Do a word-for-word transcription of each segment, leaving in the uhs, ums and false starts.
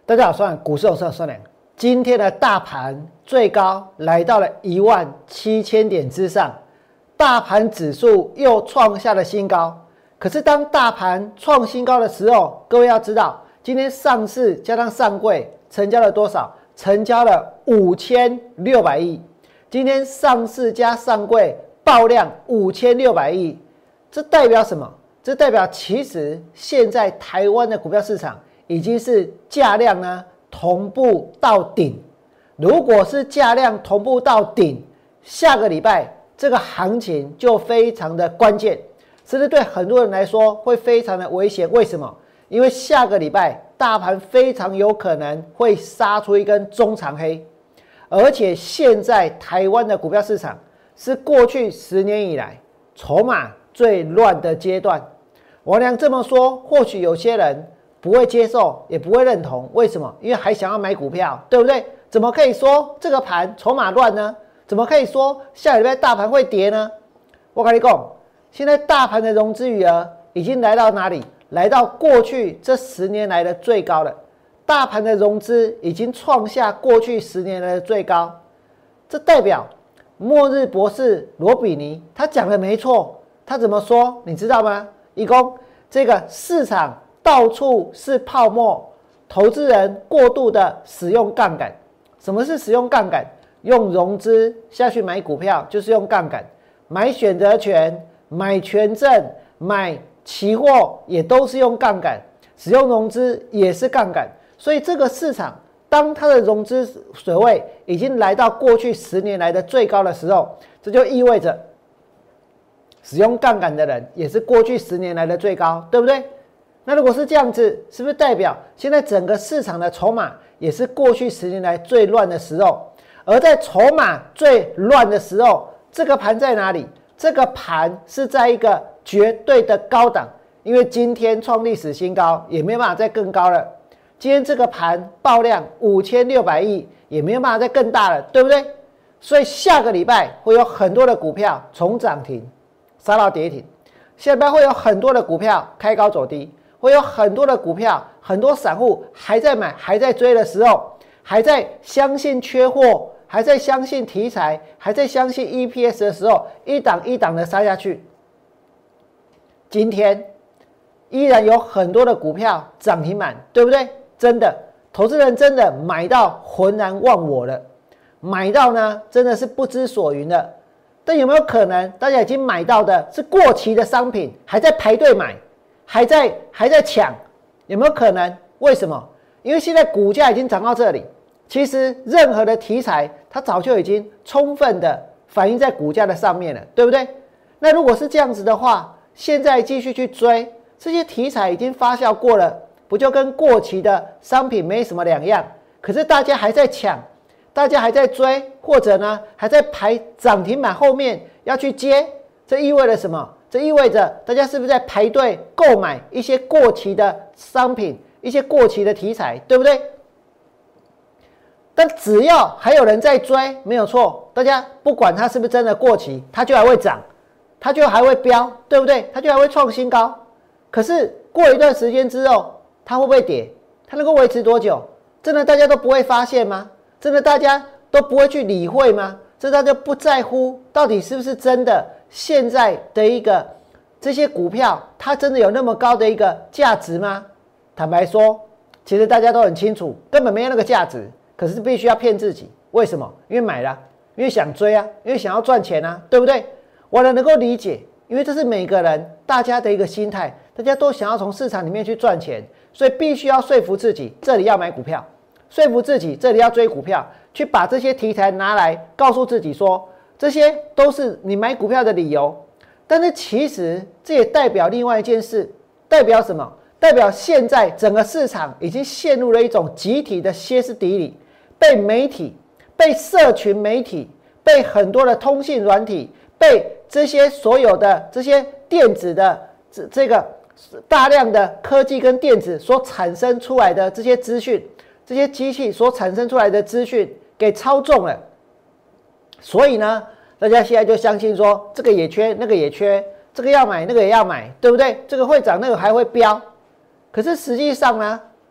大家好，我是股市有胜孙良。今天的大盘最高来到了一万七千点之上，大盘指数又创下了新高。可是当大盘创新高的时候，各位要知道，今天上市加上上柜成交了多少？成交了五千六百亿。今天上市加上柜爆量五千六百亿，这代表什么？这代表其实现在台湾的股票市场已经是价量呢同步到顶。如果是价量同步到顶，下个礼拜这个行情就非常的关键，甚至对很多人来说会非常的危险。为什么？因为下个礼拜大盘非常有可能会杀出一根中长黑，而且现在台湾的股票市场是过去十年以来筹码最乱的阶段。王良这么说，或许有些人不会接受，也不会认同。为什么？因为还想要买股票，对不对？怎么可以说这个盘筹码乱呢？怎么可以说下礼拜大盘会跌呢？我跟你讲，现在大盘的融资余额已经来到哪里？来到过去这十年来的最高了。大盘的融资已经创下过去十年来的最高，这代表末日博士罗比尼他讲的没错。他怎么说？你知道吗？一共这个市场到处是泡沫，投资人过度的使用杠杆。什么是使用杠杆？用融资下去买股票就是用杠杆，买选择权、买权证、买期货也都是用杠杆，使用融资也是杠杆。所以这个市场当它的融资水位已经来到过去十年来的最高的时候，这就意味着使用杠杆的人也是过去十年来的最高，对不对？那如果是这样子，是不是代表现在整个市场的筹码也是过去十年来最乱的时候？而在筹码最乱的时候，这个盘在哪里？这个盘是在一个绝对的高档，因为今天创历史新高，也没有办法再更高了。今天这个盘爆量五千六百亿，也没有办法再更大了，对不对？所以下个礼拜会有很多的股票从涨停杀到跌停，下礼拜会有很多的股票开高走低，会有很多的股票，很多散户还在买还在追的时候，还在相信缺货，还在相信题材，还在相信 E P S 的时候，一档一档的杀下去。今天依然有很多的股票涨停板，对不对？真的，投资人真的买到浑然忘我了，买到呢真的是不知所云了。但有没有可能大家已经买到的是过期的商品，还在排队买，还在还在抢？有没有可能？为什么？因为现在股价已经涨到这里，其实任何的题材它早就已经充分的反映在股价的上面了，对不对？那如果是这样子的话，现在继续去追这些题材已经发酵过了，不就跟过期的商品没什么两样？可是大家还在抢，大家还在追，或者呢还在排涨停板后面要去接，这意味着什么？这意味着大家是不是在排队购买一些过期的商品，一些过期的题材，对不对？但只要还有人在追，没有错，大家不管它是不是真的过期，它就还会涨，它就还会飙，对不对？它就还会创新高。可是过一段时间之后，它会不会跌？它能够维持多久？真的大家都不会发现吗？真的大家都不会去理会吗？这大家不在乎到底是不是真的现在的一个这些股票它真的有那么高的一个价值吗？坦白说，其实大家都很清楚，根本没有那个价值，可是必须要骗自己。为什么？因为买了，因为想追啊，因为想要赚钱啊，对不对？我能够理解，因为这是每个人大家的一个心态，大家都想要从市场里面去赚钱，所以必须要说服自己这里要买股票，说服自己这里要追股票，去把这些题材拿来告诉自己说这些都是你买股票的理由。但是其实这也代表另外一件事，代表什么？代表现在整个市场已经陷入了一种集体的歇斯底里，被媒体、被社群媒体、被很多的通信软体、被这些所有的这些电子的这这个大量的科技跟电子所产生出来的这些资讯，这些机器所产生出来的资讯给操纵了。所以呢，大家现在就相信说这个也缺，那个也缺，这这个要买，那个也要买，对不对？这个会涨，那个还会飙。可是实际上呢，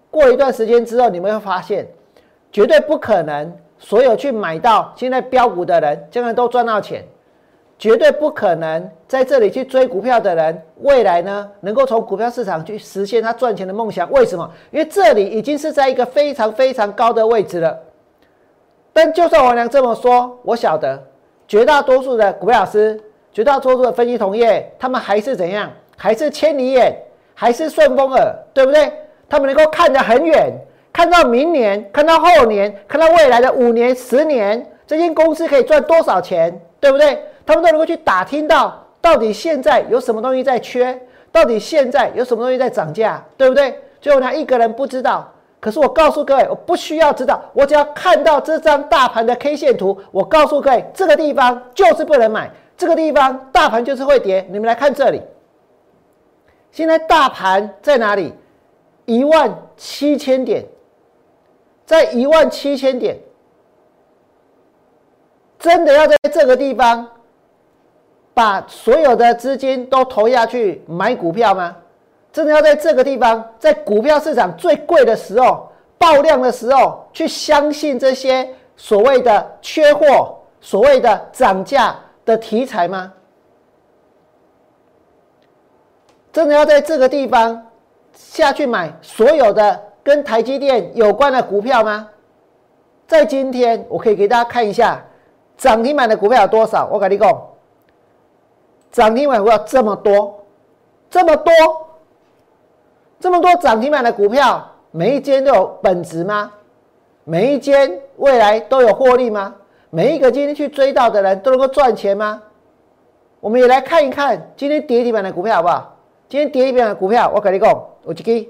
过一段时间之后，你们会发现，绝对不可能所有去买到现在标股的人，将来都赚到钱。绝对不可能在这里去追股票的人，未来呢能够从股票市场去实现他赚钱的梦想。为什么？因为这里已经是在一个非常非常高的位置了。但就算王良这么说，我晓得绝大多数的股票老师，绝大多数的分析同业，他们还是怎样？还是千里眼，还是顺风耳，对不对？他们能够看得很远，看到明年，看到后年，看到未来的五年、十年，这间公司可以赚多少钱，对不对？他们都能够去打听到，到底现在有什么东西在缺，到底现在有什么东西在涨价，对不对？所以我拿一个人不知道，可是我告诉各位，我不需要知道，我只要看到这张大盘的 K 线图，我告诉各位，这个地方就是不能买，这个地方大盘就是会跌。你们来看这里，现在大盘在哪里？一万七千点，在一万七千点，真的要在这个地方把所有的资金都投下去买股票吗？真的要在这个地方，在股票市场最贵的时候、爆量的时候，去相信这些所谓的缺货、所谓的涨价的题材吗？真的要在这个地方下去买所有的跟台积电有关的股票吗？在今天，我可以给大家看一下涨停板的股票有多少。我跟你讲，涨停板股票这么多，这么多，这么多涨停板的股票，每一间都有本质吗？每一间未来都有获利吗？每一个今天去追到的人都能够赚钱吗？我们也来看一看今天跌停板的股票好不好？今天跌停板的股票，我跟你讲，有一支，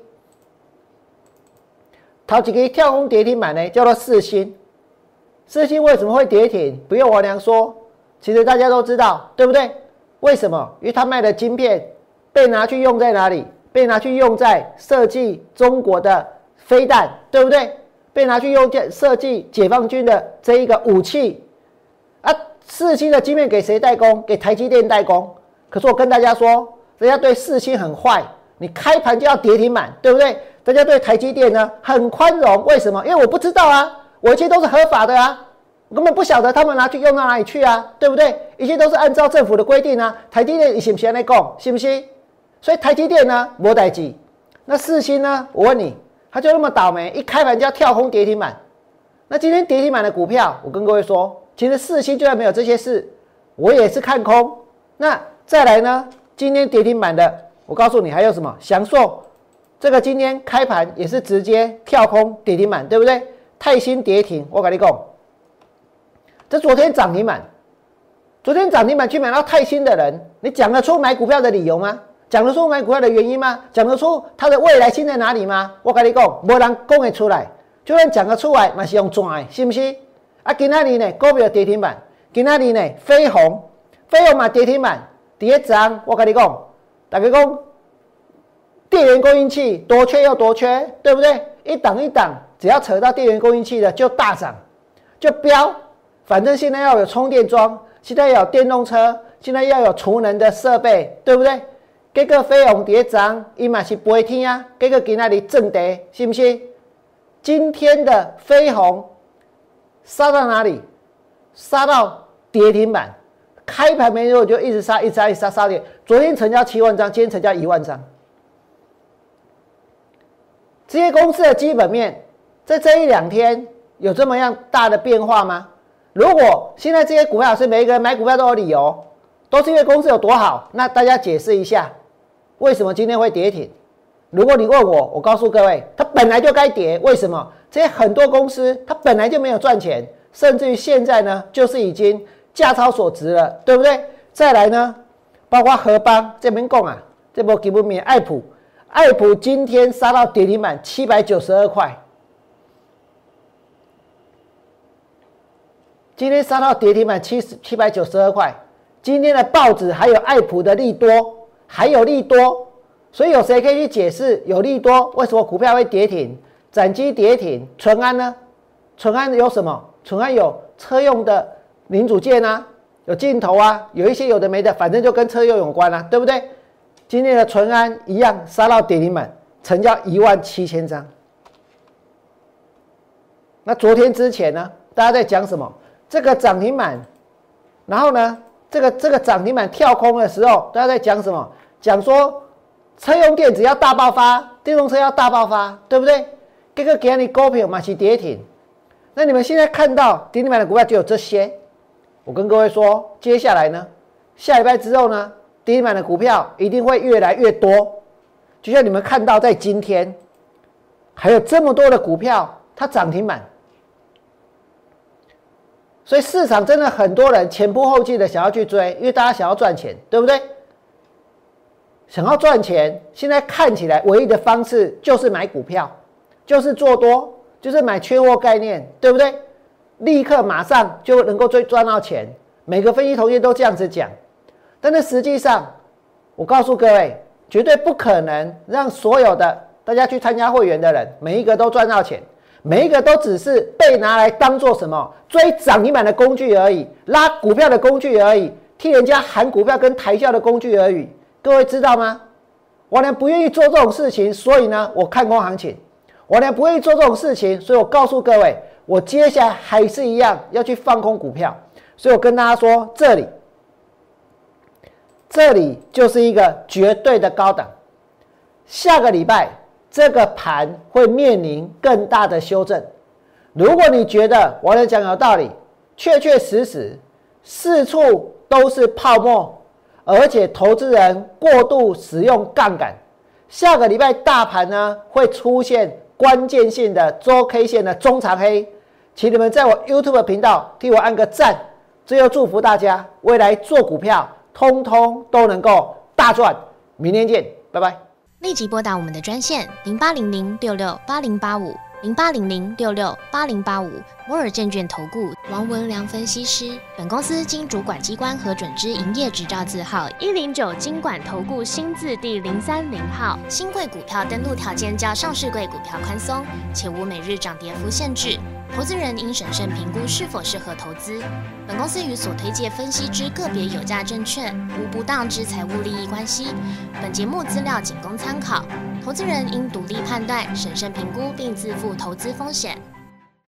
头一支跳空跌停板呢，叫做世芯。世芯为什么会跌停？不用我娘说，其实大家都知道，对不对？为什么？因为他卖的晶片被拿去用在哪里？被拿去用在设计中国的飞弹，对不对？被拿去用在设计解放军的这一个武器啊。世芯的晶片给谁代工？给台积电代工。可是我跟大家说，人家对世芯很坏，你开盘就要跌停板，对不对？大家对台积电呢很宽容，为什么？因为我不知道啊，我一切都是合法的啊。我根本不晓得他们拿去用到哪里去啊，对不对？一切都是按照政府的规定啊。台积电是不是这样讲？是不是？所以台积电呢没代志。那世芯呢？我问你，他就那么倒霉，一开盘就要跳空跌停板。那今天跌停板的股票，我跟各位说，其实世芯就算没有这些事，我也是看空。那再来呢？今天跌停板的，我告诉你还有什么？祥硕，这个今天开盘也是直接跳空跌停板，对不对？泰兴跌停，我跟你讲。这昨天涨停板，昨天涨停板去买到泰兴的人，你讲得出买股票的理由吗？讲得出买股票的原因吗？讲得出它的未来性在哪里吗？我跟你讲，没人讲得出来。就算讲得出来，也是用赚的，是不是？啊，今仔日呢，股票跌停板，今仔日呢，飞鸿，飞鸿嘛跌停板，第一涨，我跟你讲，大家讲，电源供应器多缺又多缺，对不对？一档一档，只要扯到电源供应器的就大涨，就飙。反正现在要有充电桩，现在要有电动车，现在要有储能的设备，对不对？结果飞鸿跌涨，伊嘛是飞天啊，结果今仔日正跌，是不是？今天的飞鸿杀到哪里？杀到跌停板，开盘没多久就一直杀，一直杀，一直杀，杀跌。昨天成交七万张，今天成交一万张。这些公司的基本面在这一两天有这么样大的变化吗？如果现在这些股票是每一个人买股票都有理由，都是因为公司有多好，那大家解释一下，为什么今天会跌停？如果你问我，我告诉各位，它本来就该跌。为什么？这些很多公司它本来就没有赚钱，甚至于现在呢，就是已经价超所值了，对不对？再来呢，包括合邦这边讲啊，这波基本面爱普，爱普今天杀到跌停板七百九十二块。今天杀到跌停板七七百九十二块，今天的报纸还有爱普的利多，还有利多，所以有谁可以去解释有利多为什么股票会跌停？展基跌停，淳安呢？淳安有什么？淳安有车用的零组件啊，有镜头啊，有一些有的没的，反正就跟车用有关啊，对不对？今天的淳安一样杀到跌停板，成交一万七千张。 那昨天之前呢，大家在讲什么？这个涨停板，然后呢，这个这个涨停板跳空的时候，大家在讲什么？讲说车用电子要大爆发，电动车要大爆发，对不对？这个给你股票嘛是跌停。那你们现在看到跌停板的股票就有这些。我跟各位说，接下来呢，下礼拜之后呢，跌停板的股票一定会越来越多。就像你们看到，在今天还有这么多的股票，它涨停板，所以市场真的很多人前仆后继的想要去追，因为大家想要赚钱，对不对？想要赚钱，现在看起来唯一的方式就是买股票，就是做多，就是买缺货概念，对不对？立刻马上就能够追赚到钱。每个分析同业都这样子讲，但是实际上，我告诉各位，绝对不可能让所有的大家去参加会员的人，每一个都赚到钱，每一个都只是被拿来当做什么追涨停板的工具而已，拉股票的工具而已，替人家喊股票跟抬轿的工具而已。各位知道吗？我呢不愿意做这种事情，所以呢我看空行情。我呢不愿意做这种事情，所以我告诉各位，我接下来还是一样要去放空股票。所以我跟大家说，这里。这里就是一个绝对的高档，下个礼拜这个盘会面临更大的修正。如果你觉得我的讲有道理，确确实实四处都是泡沫，而且投资人过度使用杠杆，下个礼拜大盘呢会出现关键性的周 K 线的中长黑，请你们在我 YouTube 频道替我按个赞。最后祝福大家未来做股票通通都能够大赚，明天见，拜拜。 立即拨打我们的专线零八零零六六八零八五零八零零六六八零八五摩尔证券投顾王文良分析师。本公司经主管机关核准之营业执照字号一零九金管投顾新字第零三零号。新贵股票登录条件较上市贵股票宽松，且无每日涨跌幅限制。投资人应审慎评估是否适合投资。本公司与所推介分析之个别有价证券无不当之财务利益关系。本节目资料仅供参考，投资人应独立判断、审慎评估并自负投资风险。